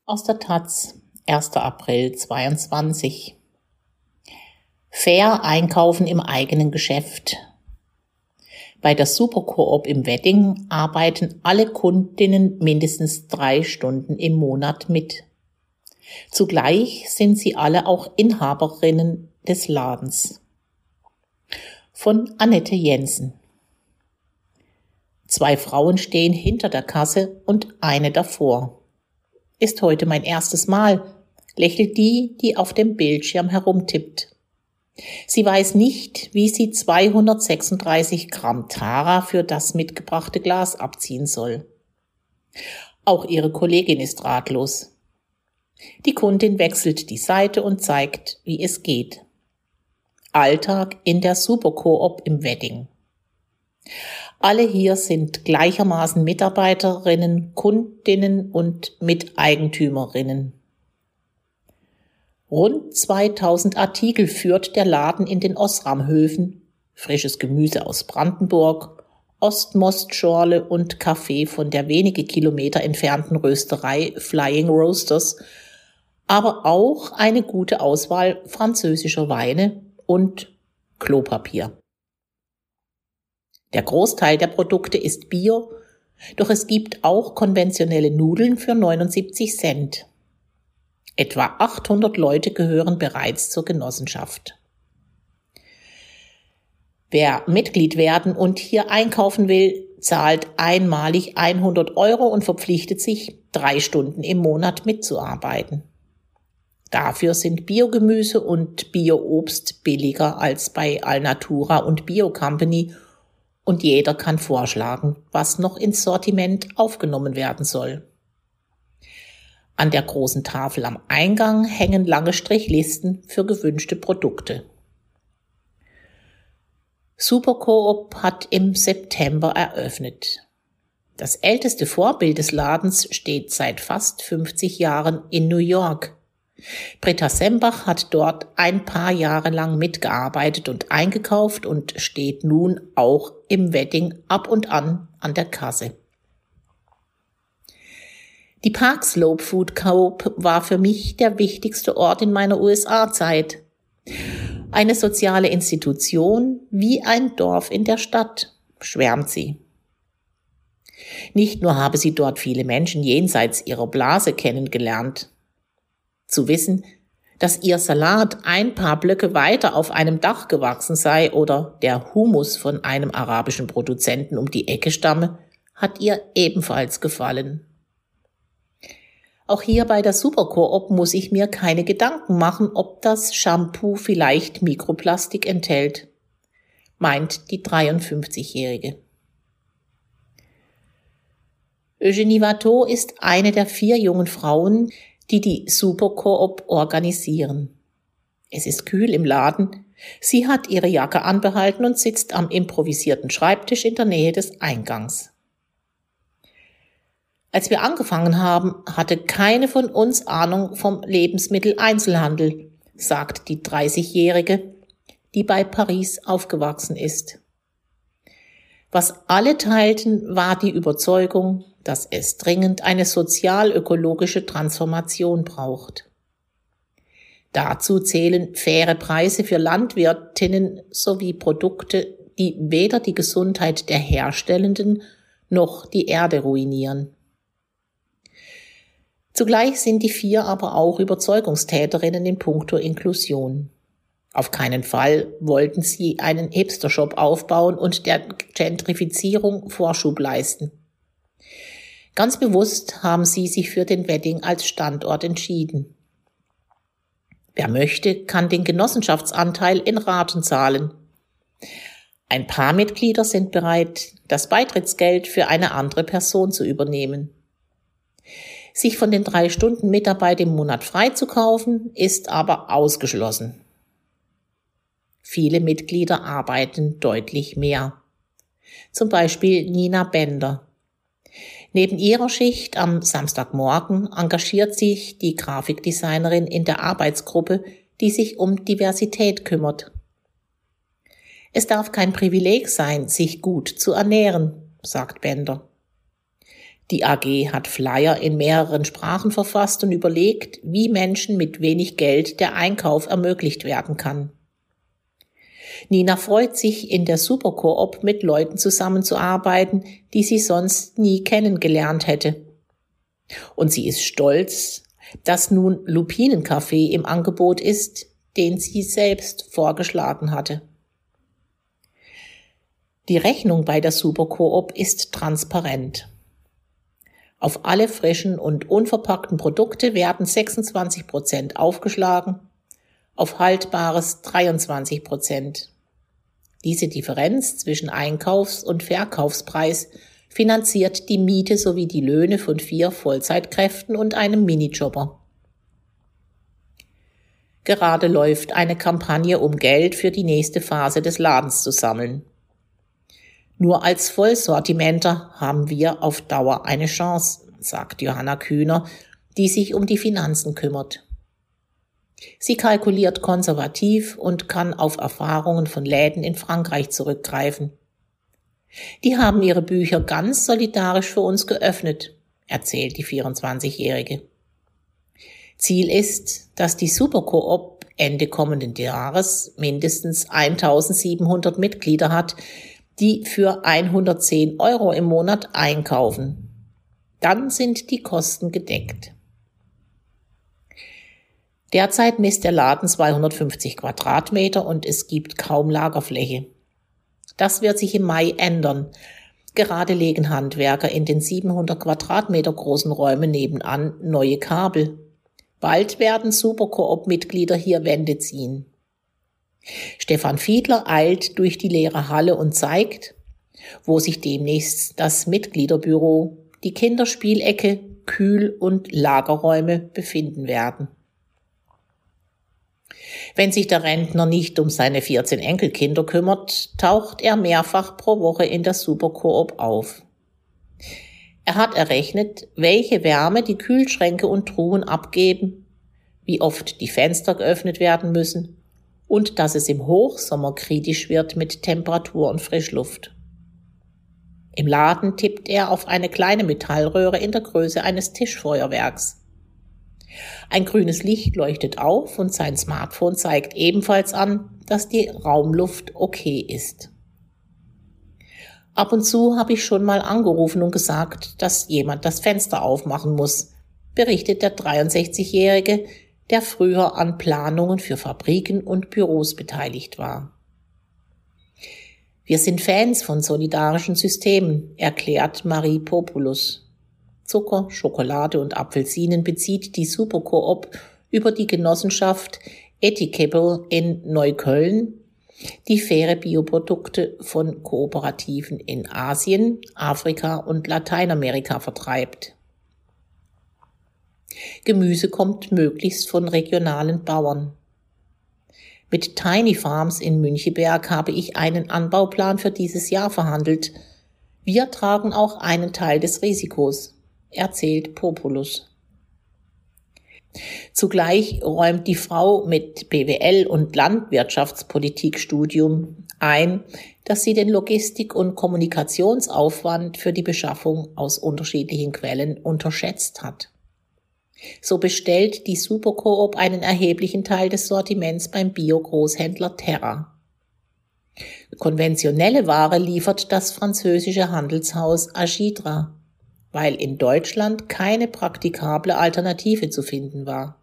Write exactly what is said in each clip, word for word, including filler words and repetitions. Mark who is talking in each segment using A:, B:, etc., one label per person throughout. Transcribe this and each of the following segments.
A: Aus der Taz, erster April zweiundzwanzig. Fair einkaufen im eigenen Geschäft. Bei der Supercoop im Wedding arbeiten alle Kundinnen mindestens drei Stunden im Monat mit. Zugleich sind sie alle auch Inhaberinnen des Ladens. Von Annette Jensen. Zwei Frauen stehen hinter der Kasse und eine davor. Ist heute mein erstes Mal, lächelt die, die auf dem Bildschirm herumtippt. Sie weiß nicht, wie sie zweihundertsechsunddreißig Gramm Tara für das mitgebrachte Glas abziehen soll. Auch ihre Kollegin ist ratlos. Die Kundin wechselt die Seite und zeigt, wie es geht. Alltag in der Supercoop im Wedding. Alle hier sind gleichermaßen Mitarbeiterinnen, Kundinnen und Miteigentümerinnen. Rund zweitausend Artikel führt der Laden in den Osramhöfen, frisches Gemüse aus Brandenburg, Ostmostschorle und Kaffee von der wenige Kilometer entfernten Rösterei Flying Roasters, aber auch eine gute Auswahl französischer Weine und Klopapier. Der Großteil der Produkte ist Bio, doch es gibt auch konventionelle Nudeln für neunundsiebzig Cent. Etwa achthundert Leute gehören bereits zur Genossenschaft. Wer Mitglied werden und hier einkaufen will, zahlt einmalig hundert Euro und verpflichtet sich, drei Stunden im Monat mitzuarbeiten. Dafür sind Biogemüse und Bioobst billiger als bei Alnatura und Bio Company und jeder kann vorschlagen, was noch ins Sortiment aufgenommen werden soll. An der großen Tafel am Eingang hängen lange Strichlisten für gewünschte Produkte. Supercoop hat im September eröffnet. Das älteste Vorbild des Ladens steht seit fast fünfzig Jahren in New York. Britta Sembach hat dort ein paar Jahre lang mitgearbeitet und eingekauft und steht nun auch im Wedding ab und an an der Kasse. Die Park Slope Food Coop war für mich der wichtigste Ort in meiner U S A-Zeit. Eine soziale Institution wie ein Dorf in der Stadt, schwärmt sie. Nicht nur habe sie dort viele Menschen jenseits ihrer Blase kennengelernt. Zu wissen, dass ihr Salat ein paar Blöcke weiter auf einem Dach gewachsen sei oder der Hummus von einem arabischen Produzenten um die Ecke stamme, hat ihr ebenfalls gefallen. Auch hier bei der Supercoop muss ich mir keine Gedanken machen, ob das Shampoo vielleicht Mikroplastik enthält, meint die dreiundfünfzigjährige. Eugenie Watteau ist eine der vier jungen Frauen, die die Supercoop organisieren. Es ist kühl im Laden. Sie hat ihre Jacke anbehalten und sitzt am improvisierten Schreibtisch in der Nähe des Eingangs. Als wir angefangen haben, hatte keine von uns Ahnung vom Lebensmitteleinzelhandel, sagt die dreißigjährige, die bei Paris aufgewachsen ist. Was alle teilten, war die Überzeugung, dass es dringend eine sozial-ökologische Transformation braucht. Dazu zählen faire Preise für Landwirtinnen sowie Produkte, die weder die Gesundheit der Herstellenden noch die Erde ruinieren. Zugleich sind die vier aber auch Überzeugungstäterinnen in puncto Inklusion. Auf keinen Fall wollten sie einen Hipster-Shop aufbauen und der Gentrifizierung Vorschub leisten. Ganz bewusst haben sie sich für den Wedding als Standort entschieden. Wer möchte, kann den Genossenschaftsanteil in Raten zahlen. Ein paar Mitglieder sind bereit, das Beitrittsgeld für eine andere Person zu übernehmen. Sich von den drei Stunden Mitarbeit im Monat freizukaufen, ist aber ausgeschlossen. Viele Mitglieder arbeiten deutlich mehr. Zum Beispiel Nina Bender. Neben ihrer Schicht am Samstagmorgen engagiert sich die Grafikdesignerin in der Arbeitsgruppe, die sich um Diversität kümmert. Es darf kein Privileg sein, sich gut zu ernähren, sagt Bender. Die A G hat Flyer in mehreren Sprachen verfasst und überlegt, wie Menschen mit wenig Geld der Einkauf ermöglicht werden kann. Nina freut sich, in der Supercoop mit Leuten zusammenzuarbeiten, die sie sonst nie kennengelernt hätte. Und sie ist stolz, dass nun Lupinenkaffee im Angebot ist, den sie selbst vorgeschlagen hatte. Die Rechnung bei der Supercoop ist transparent. Auf alle frischen und unverpackten Produkte werden sechsundzwanzig Prozent aufgeschlagen, auf Haltbares dreiundzwanzig Prozent. Diese Differenz zwischen Einkaufs- und Verkaufspreis finanziert die Miete sowie die Löhne von vier Vollzeitkräften und einem Minijobber. Gerade läuft eine Kampagne, um Geld für die nächste Phase des Ladens zu sammeln. Nur als Vollsortimenter haben wir auf Dauer eine Chance, sagt Johanna Kühner, die sich um die Finanzen kümmert. Sie kalkuliert konservativ und kann auf Erfahrungen von Läden in Frankreich zurückgreifen. Die haben ihre Bücher ganz solidarisch für uns geöffnet, erzählt die vierundzwanzigjährige. Ziel ist, dass die Supercoop Ende kommenden Jahres mindestens eintausendsiebenhundert Mitglieder hat, die für hundertzehn Euro im Monat einkaufen. Dann sind die Kosten gedeckt. Derzeit misst der Laden zweihundertfünfzig Quadratmeter und es gibt kaum Lagerfläche. Das wird sich im Mai ändern. Gerade legen Handwerker in den siebenhundert Quadratmeter großen Räumen nebenan neue Kabel. Bald werden Supercoop-Mitglieder hier Wände ziehen. Stefan Fiedler eilt durch die leere Halle und zeigt, wo sich demnächst das Mitgliederbüro, die Kinderspielecke, Kühl- und Lagerräume befinden werden. Wenn sich der Rentner nicht um seine vierzehn Enkelkinder kümmert, taucht er mehrfach pro Woche in der Supercoop auf. Er hat errechnet, welche Wärme die Kühlschränke und Truhen abgeben, wie oft die Fenster geöffnet werden müssen und dass es im Hochsommer kritisch wird mit Temperatur und Frischluft. Im Laden tippt er auf eine kleine Metallröhre in der Größe eines Tischfeuerwerks. Ein grünes Licht leuchtet auf und sein Smartphone zeigt ebenfalls an, dass die Raumluft okay ist. Ab und zu habe ich schon mal angerufen und gesagt, dass jemand das Fenster aufmachen muss, berichtet der dreiundsechzigjährige, der früher an Planungen für Fabriken und Büros beteiligt war. Wir sind Fans von solidarischen Systemen, erklärt Marie Populus. Zucker, Schokolade und Apfelsinen bezieht die Supercoop über die Genossenschaft Etikable in Neukölln, die faire Bioprodukte von Kooperativen in Asien, Afrika und Lateinamerika vertreibt. Gemüse kommt möglichst von regionalen Bauern. Mit Tiny Farms in Müncheberg habe ich einen Anbauplan für dieses Jahr verhandelt. Wir tragen auch einen Teil des Risikos, erzählt Populus. Zugleich räumt die Frau mit B W L und Landwirtschaftspolitikstudium ein, dass sie den Logistik- und Kommunikationsaufwand für die Beschaffung aus unterschiedlichen Quellen unterschätzt hat. So bestellt die Supercoop einen erheblichen Teil des Sortiments beim Bio-Großhändler Terra. Konventionelle Ware liefert das französische Handelshaus Agidra, weil in Deutschland keine praktikable Alternative zu finden war.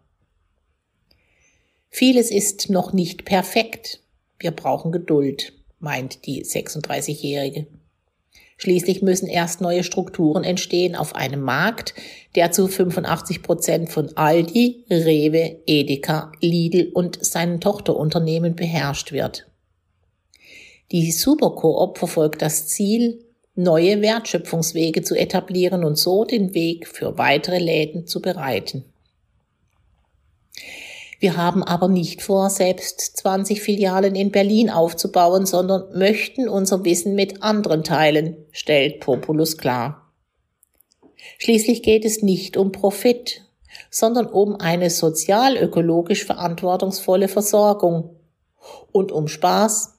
A: Vieles ist noch nicht perfekt. Wir brauchen Geduld, meint die sechsunddreißigjährige. Schließlich müssen erst neue Strukturen entstehen auf einem Markt, der zu fünfundachtzig Prozent von Aldi, Rewe, Edeka, Lidl und seinen Tochterunternehmen beherrscht wird. Die Supercoop verfolgt das Ziel, neue Wertschöpfungswege zu etablieren und so den Weg für weitere Läden zu bereiten. Wir haben aber nicht vor, selbst zwanzig Filialen in Berlin aufzubauen, sondern möchten unser Wissen mit anderen teilen, stellt Populus klar. Schließlich geht es nicht um Profit, sondern um eine sozial-ökologisch verantwortungsvolle Versorgung und um Spaß,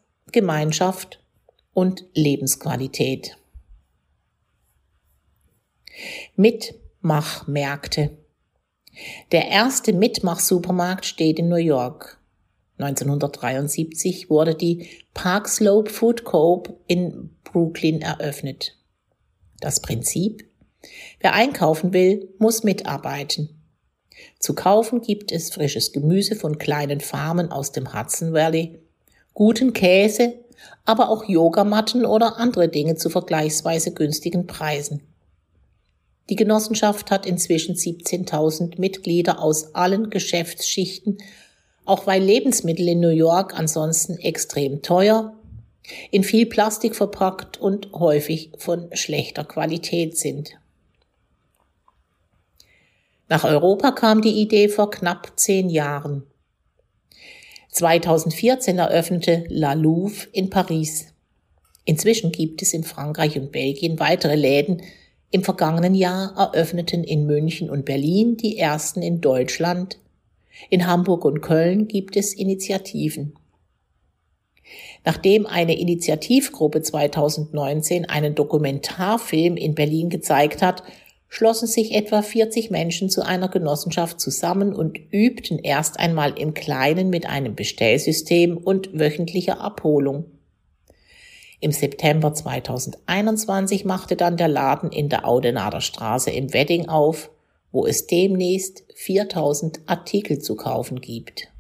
A: Gemeinschaft und Lebensqualität. Mitmachmärkte. Der erste Mitmach-Supermarkt steht in New York. neunzehnhundertdreiundsiebzig wurde die Park Slope Food Coop in Brooklyn eröffnet. Das Prinzip: Wer einkaufen will, muss mitarbeiten. Zu kaufen gibt es frisches Gemüse von kleinen Farmen aus dem Hudson Valley, guten Käse, aber auch Yogamatten oder andere Dinge zu vergleichsweise günstigen Preisen. Die Genossenschaft hat inzwischen siebzehntausend Mitglieder aus allen Geschäftsschichten, auch weil Lebensmittel in New York ansonsten extrem teuer, in viel Plastik verpackt und häufig von schlechter Qualität sind. Nach Europa kam die Idee vor knapp zehn Jahren. zweitausendvierzehn eröffnete La Louve in Paris. Inzwischen gibt es in Frankreich und Belgien weitere Läden. Im vergangenen Jahr eröffneten in München und Berlin die ersten in Deutschland. In Hamburg und Köln gibt es Initiativen. Nachdem eine Initiativgruppe zweitausendneunzehn einen Dokumentarfilm in Berlin gezeigt hat, schlossen sich etwa vierzig Menschen zu einer Genossenschaft zusammen und übten erst einmal im Kleinen mit einem Bestellsystem und wöchentlicher Abholung. Im September zweitausendeinundzwanzig machte dann der Laden in der Audenader Straße im Wedding auf, wo es demnächst viertausend Artikel zu kaufen gibt.